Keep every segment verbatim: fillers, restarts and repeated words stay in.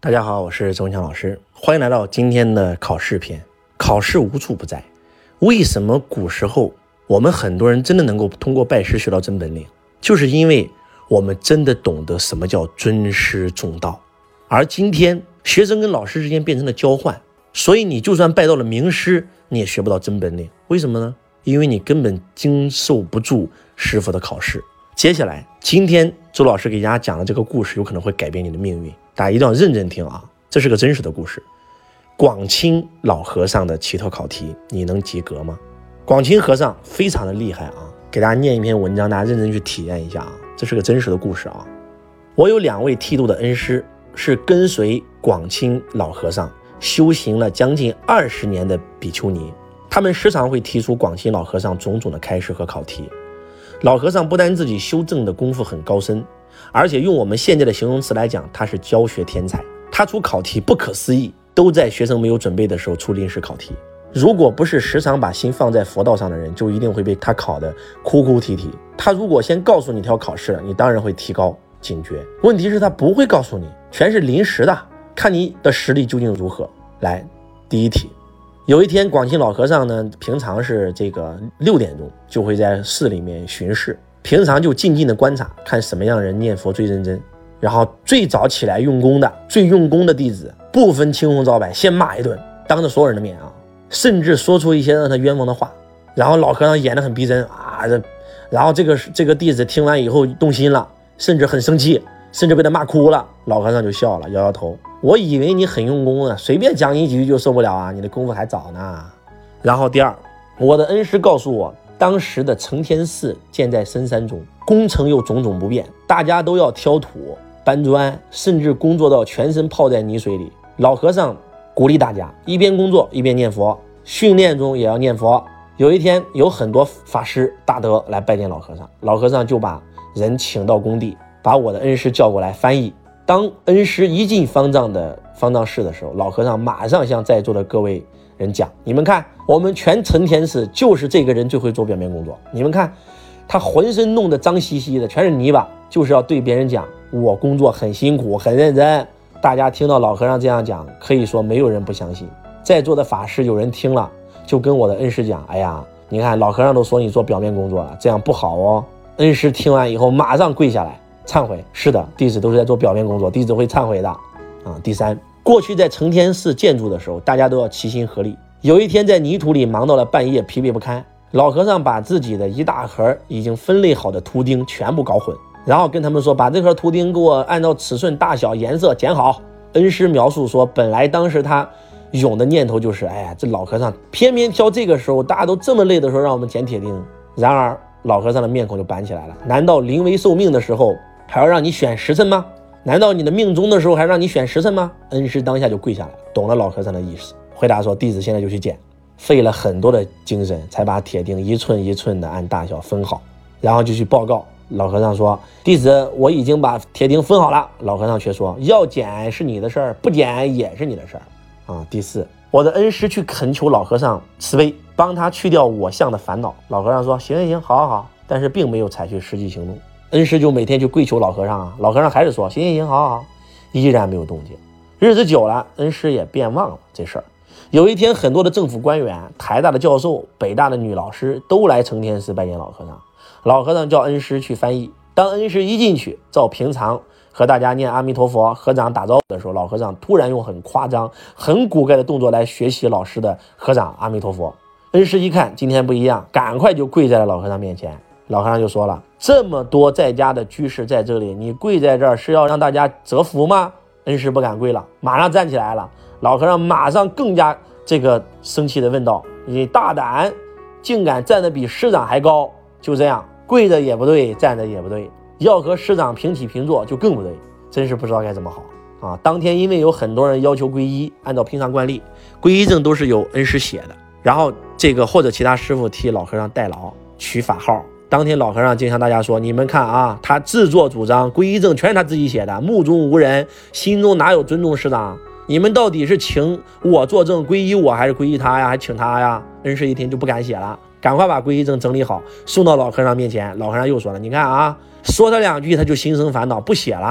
大家好，我是周文强老师，欢迎来到今天的考试篇。考试无处不在，为什么古时候我们很多人真的能够通过拜师学到真本领？就是因为我们真的懂得什么叫尊师重道。而今天学生跟老师之间变成了交换，所以你就算拜到了名师，你也学不到真本领。为什么呢？因为你根本经受不住师傅的考试。接下来今天周老师给大家讲的这个故事有可能会改变你的命运，大家一定要认真听啊，这是个真实的故事。广清老和尚的奇特考题，你能及格吗？广清和尚非常的厉害啊，给大家念一篇文章，大家认真去体验一下啊，这是个真实的故事啊。我有两位剃度的恩师，是跟随广清老和尚修行了将近二十年的比丘尼，他们时常会提出广清老和尚种种的开示和考题。老和尚不但自己修正的功夫很高深，而且用我们现在的形容词来讲，他是教学天才。他出考题不可思议，都在学生没有准备的时候出临时考题。如果不是时常把心放在佛道上的人，就一定会被他考得哭哭啼啼。他如果先告诉你条考试，你当然会提高警觉。问题是他不会告诉你，全是临时的，看你的实力究竟如何。来，第一题。有一天广清老和尚呢，平常是这个六点钟就会在寺里面巡视，平常就静静的观察，看什么样人念佛最认真，然后最早起来用功的最用功的弟子不分青红皂白先骂一顿，当着所有人的面啊，甚至说出一些让他冤枉的话。然后老和尚演得很逼真啊，这然后这个这个弟子听完以后动心了，甚至很生气，甚至被他骂哭了。老和尚就笑了，摇摇头，我以为你很用功啊，随便讲你几句就受不了啊，你的功夫还早呢。然后第二，我的恩师告诉我，当时的承天寺建在深山中，工程又种种不便，大家都要挑土搬砖，甚至工作到全身泡在泥水里。老和尚鼓励大家一边工作一边念佛，训练中也要念佛。有一天有很多法师大德来拜见老和尚，老和尚就把人请到工地，把我的恩师叫过来翻译。当恩师一进方丈的方丈室的时候，老和尚马上向在座的各位人讲，你们看，我们全承天寺就是这个人最会做表面工作，你们看他浑身弄得脏兮兮的，全是泥巴，就是要对别人讲我工作很辛苦很认真。大家听到老和尚这样讲，可以说没有人不相信。在座的法师有人听了就跟我的恩师讲，哎呀，你看老和尚都说你做表面工作了，这样不好哦。恩师听完以后马上跪下来忏悔，是的，弟子都是在做表面工作，弟子会忏悔的啊。第三，过去在承天寺建筑的时候，大家都要齐心合力。有一天在泥土里忙到了半夜，疲惫不堪，老和尚把自己的一大盒已经分类好的图钉全部搞混，然后跟他们说，把这盒图钉给我按照尺寸、大小、颜色剪好。恩师描述说，本来当时他涌的念头就是，哎呀，这老和尚偏偏挑这个时候，大家都这么累的时候让我们剪铁钉。然而老和尚的面孔就板起来了，难道临危受命的时候还要让你选时辰吗？难道你的命中的时候还让你选时辰吗？恩师当下就跪下来了，懂了老和尚的意思，回答说，弟子现在就去剪。费了很多的精神才把铁钉一寸一寸的按大小分好，然后就去报告。老和尚说，弟子我已经把铁钉分好了。老和尚却说，要剪是你的事儿，不剪也是你的事儿啊。第四，我的恩师去恳求老和尚慈悲，帮他去掉我相的烦恼。老和尚说，行行行，好好好，但是并没有采取实际行动。恩师就每天去跪求老和尚啊，老和尚还是说行行行，好好好，依然没有动静。日子久了，恩师也便忘了这事儿。有一天，很多的政府官员、台大的教授、北大的女老师都来承天寺拜见老和尚。老和尚叫恩师去翻译。当恩师一进去，照平常和大家念阿弥陀佛、合掌打招呼的时候，老和尚突然用很夸张、很古怪的动作来学习老师的合掌阿弥陀佛。恩师一看今天不一样，赶快就跪在了老和尚面前。老和尚就说了，这么多在家的居士在这里，你跪在这儿是要让大家折服吗？恩师不敢跪了，马上站起来了。老和尚马上更加这个生气的问道，你大胆，竟敢站得比师长还高。就这样，跪着也不对，站着也不对，要和师长平起平坐就更不对，真是不知道该怎么好啊。当天因为有很多人要求皈依，按照平常惯例，皈依证都是由恩师写的，然后这个或者其他师傅替老和尚代劳取法号。当天老和尚竟向大家说，你们看啊，他自作主张，皈依证全是他自己写的，目中无人，心中哪有尊重师长？你们到底是请我作证皈依我还是皈依他呀？还请他呀？恩师一听就不敢写了，赶快把皈依证整理好，送到老和尚面前。老和尚又说了，你看啊，说他两句他就心生烦恼，不写了。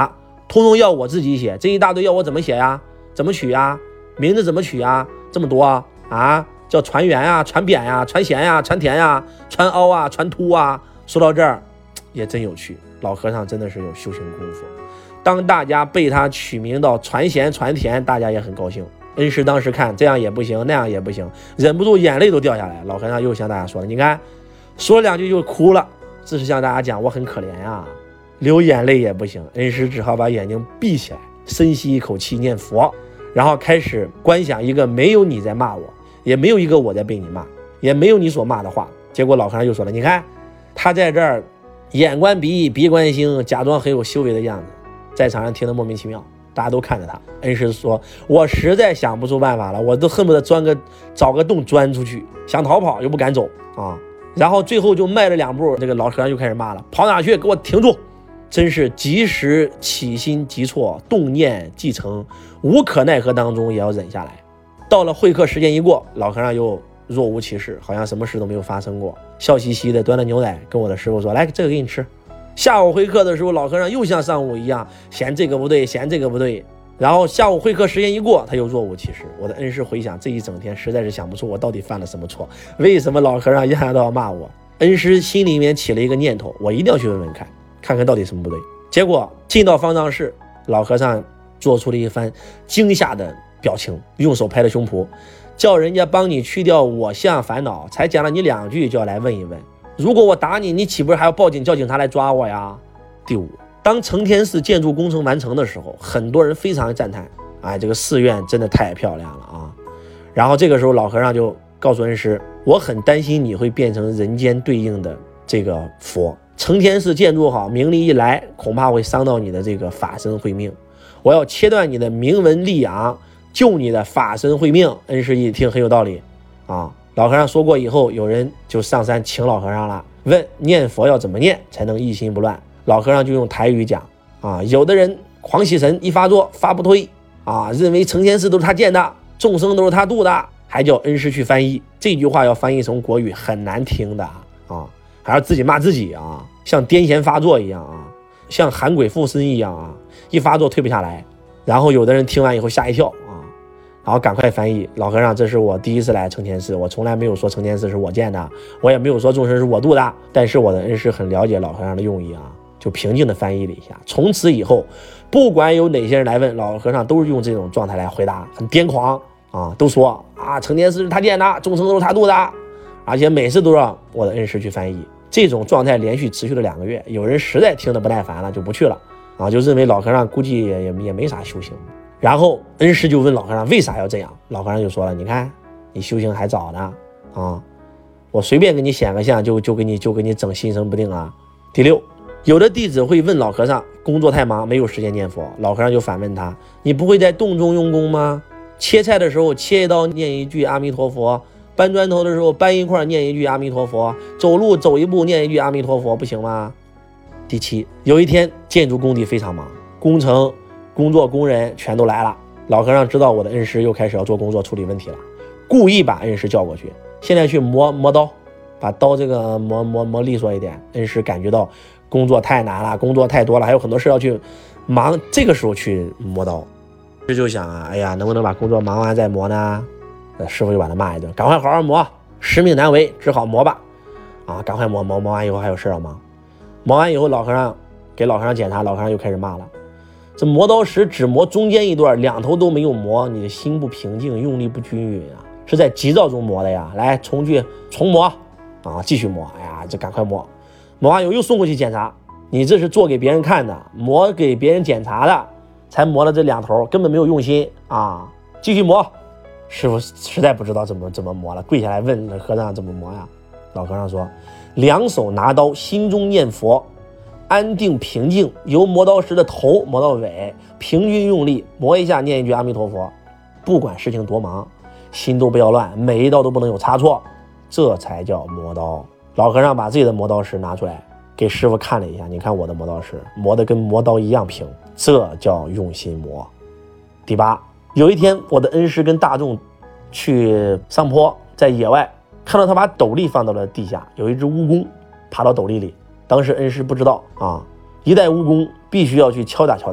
通通要我自己写，这一大堆要我怎么写呀？怎么取呀？名字怎么取呀？这么多啊？啊，叫传元呀、传扁呀、传咸呀、传甜呀、传凹啊、传凸啊。说到这儿，也真有趣，老和尚真的是有修行功夫。当大家被他取名到传咸传甜，大家也很高兴。恩师当时看这样也不行，那样也不行，忍不住眼泪都掉下来。老和尚又向大家说了，你看，说了两句就哭了，这是向大家讲我很可怜呀，流眼泪也不行。恩师只好把眼睛闭起来，深吸一口气念佛，然后开始观想一个没有你在骂我，也没有一个我在被你骂，也没有你所骂的话。结果老和尚又说了，你看他在这儿眼观鼻，鼻观心，假装很有修为的样子，在场上听得莫名其妙，大家都看着他。恩师说，我实在想不出办法了，我都恨不得钻个找个洞钻出去，想逃跑又不敢走啊。然后最后就迈了两步，这个老和尚又开始骂了，跑哪去，给我停住。真是及时起心即错，动念即成，无可奈何当中也要忍下来。到了会客时间一过，老和尚又若无其事，好像什么事都没有发生过，笑嘻嘻的端了牛奶跟我的师傅说，来，这个给你吃。下午会客的时候，老和尚又像上午一样嫌这个不对，嫌这个不对。然后下午会客时间一过，他又若无其事。我的恩师回想这一整天，实在是想不出我到底犯了什么错，为什么老和尚一样都要骂我。恩师心里面起了一个念头，我一定要去问问看，看看到底什么不对。结果进到方丈室，老和尚做出了一番惊吓的表情，用手拍了胸脯，叫人家帮你去掉我相烦恼，才讲了你两句就要来问一问，如果我打你，你岂不是还要报警叫警察来抓我呀？第五，当承天寺建筑工程完成的时候，很多人非常赞叹，哎，这个寺院真的太漂亮了啊。然后这个时候老和尚就告诉恩师，我很担心你会变成人间对应的这个佛，承天寺建筑好，名利一来，恐怕会伤到你的这个法身慧命，我要切断你的名闻利养，救你的法身慧命。恩师一听很有道理啊。老和尚说过以后，有人就上山请老和尚了，问念佛要怎么念才能一心不乱。老和尚就用台语讲啊，有的人狂喜神一发作发不退啊，认为承天寺都是他建的，众生都是他度的，还叫恩师去翻译。这句话要翻译成国语很难听的啊，还要自己骂自己啊，像癫痫发作一样啊，像寒鬼附身一样啊，一发作退不下来。然后有的人听完以后吓一跳啊，然后赶快翻译。老和尚，这是我第一次来承天寺，我从来没有说承天寺是我建的，我也没有说众生是我度的，但是我的恩师很了解老和尚的用意啊，就平静的翻译了一下。从此以后，不管有哪些人来问，老和尚都是用这种状态来回答，很癫狂啊，都说啊承天寺是他建的，众生都是他度的，而且每次都让我的恩师去翻译。这种状态连续持续了两个月，有人实在听得不耐烦了，就不去了啊，就认为老和尚估计也也也没啥修行。然后恩师就问老和尚为啥要这样，老和尚就说了，你看你修行还早呢啊，我随便给你显个相就就给你就给你整心神不定啊。第六，有的弟子会问老和尚，工作太忙没有时间念佛，老和尚就反问他，你不会在洞中用功吗？切菜的时候切一刀念一句阿弥陀佛，搬砖头的时候搬一块念一句阿弥陀佛，走路走一步念一句阿弥陀佛，不行吗？第七，有一天建筑工地非常忙，工程工作工人全都来了，老和尚知道我的恩师又开始要做工作处理问题了，故意把恩师叫过去，现在去磨磨刀，把刀这个磨磨磨利索一点。恩师感觉到工作太难了，工作太多了，还有很多事要去忙，这个时候去磨刀，这就想啊，哎呀，能不能把工作忙完再磨呢？师傅就把他骂一顿，赶快好好磨，使命难违，只好磨吧。啊，赶快磨磨磨完以后还有事要忙。磨完以后，老和尚给老和尚检查，老和尚又开始骂了。这磨刀石只磨中间一段，两头都没有磨，你的心不平静，用力不均匀啊，是在急躁中磨的呀。来，重去重磨啊，继续磨。哎呀，这赶快磨。磨完以后又送过去检查，你这是做给别人看的，磨给别人检查的，才磨了这两头，根本没有用心啊，继续磨。师傅实在不知道怎么怎么磨了，跪下来问和尚怎么磨呀？老和尚说，两手拿刀，心中念佛，安定平静，由磨刀石的头磨到尾，平均用力磨一下，念一句阿弥陀佛，不管事情多忙，心都不要乱，每一刀都不能有差错，这才叫磨刀。老和尚把自己的磨刀石拿出来给师傅看了一下，你看我的磨刀石磨得跟磨刀一样平，这叫用心磨。第八，有一天我的恩师跟大众去上坡，在野外看到他把斗笠放到了地下，有一只蜈蚣爬到斗笠里，当时恩师不知道啊，一代蜈蚣必须要去敲打敲打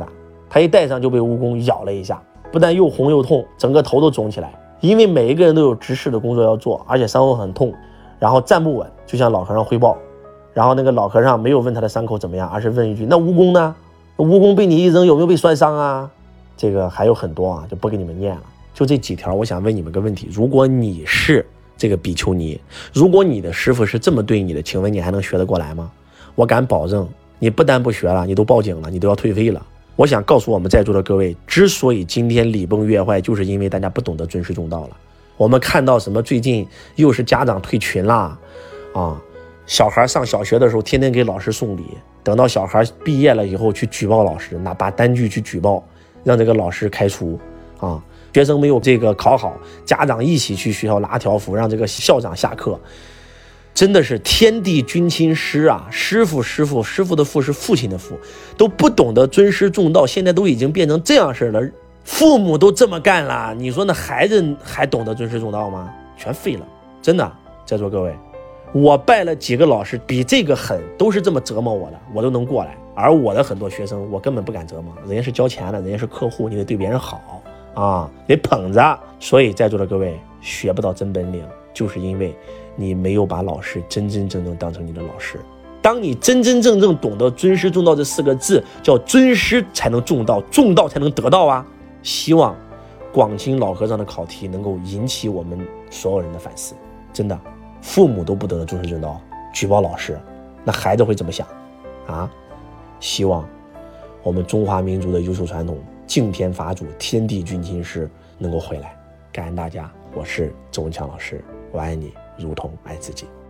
他一戴上就被蜈蚣咬了一下，不但又红又痛，整个头都肿起来。因为每一个人都有执事的工作要做，而且伤口很痛，然后站不稳，就向老和尚汇报。然后那个老和尚没有问他的伤口怎么样，而是问一句：那蜈蚣呢？蜈蚣被你一扔有没有被摔伤啊？这个还有很多啊，就不给你们念了。就这几条，我想问你们个问题：如果你是这个比丘尼，如果你的师傅是这么对你的，请问你还能学得过来吗？我敢保证，你不但不学了，你都报警了，你都要退费了。我想告诉我们在座的各位，之所以今天礼崩乐坏，就是因为大家不懂得尊师重道了。我们看到什么最近又是家长退群啦，啊，小孩上小学的时候天天给老师送礼，等到小孩毕业了以后去举报老师，拿把单据去举报，让这个老师开除啊。学生没有这个考好，家长一起去学校拉条幅，让这个校长下课。真的是天地君亲师啊，师傅师傅师傅的父是父亲的父，都不懂得尊师重道，现在都已经变成这样式了。父母都这么干了，你说那孩子还懂得尊师重道吗？全废了，真的。在座各位，我拜了几个老师比这个狠，都是这么折磨我的，我都能过来。而我的很多学生我根本不敢折磨，人家是交钱的，人家是客户，你得对别人好啊，得捧着。所以在座的各位学不到真本领，就是因为你没有把老师真真正正当成你的老师。当你真真正正懂得尊师重道这四个字，叫尊师才能重道，重道才能得道啊。希望广清老和尚的考题能够引起我们所有人的反思。真的，父母都不懂得尊师重道，举报老师，那孩子会怎么想啊？希望我们中华民族的优秀传统，敬天法主，天地君亲师能够回来。感恩大家，我是周文强老师，我爱你如同爱自己。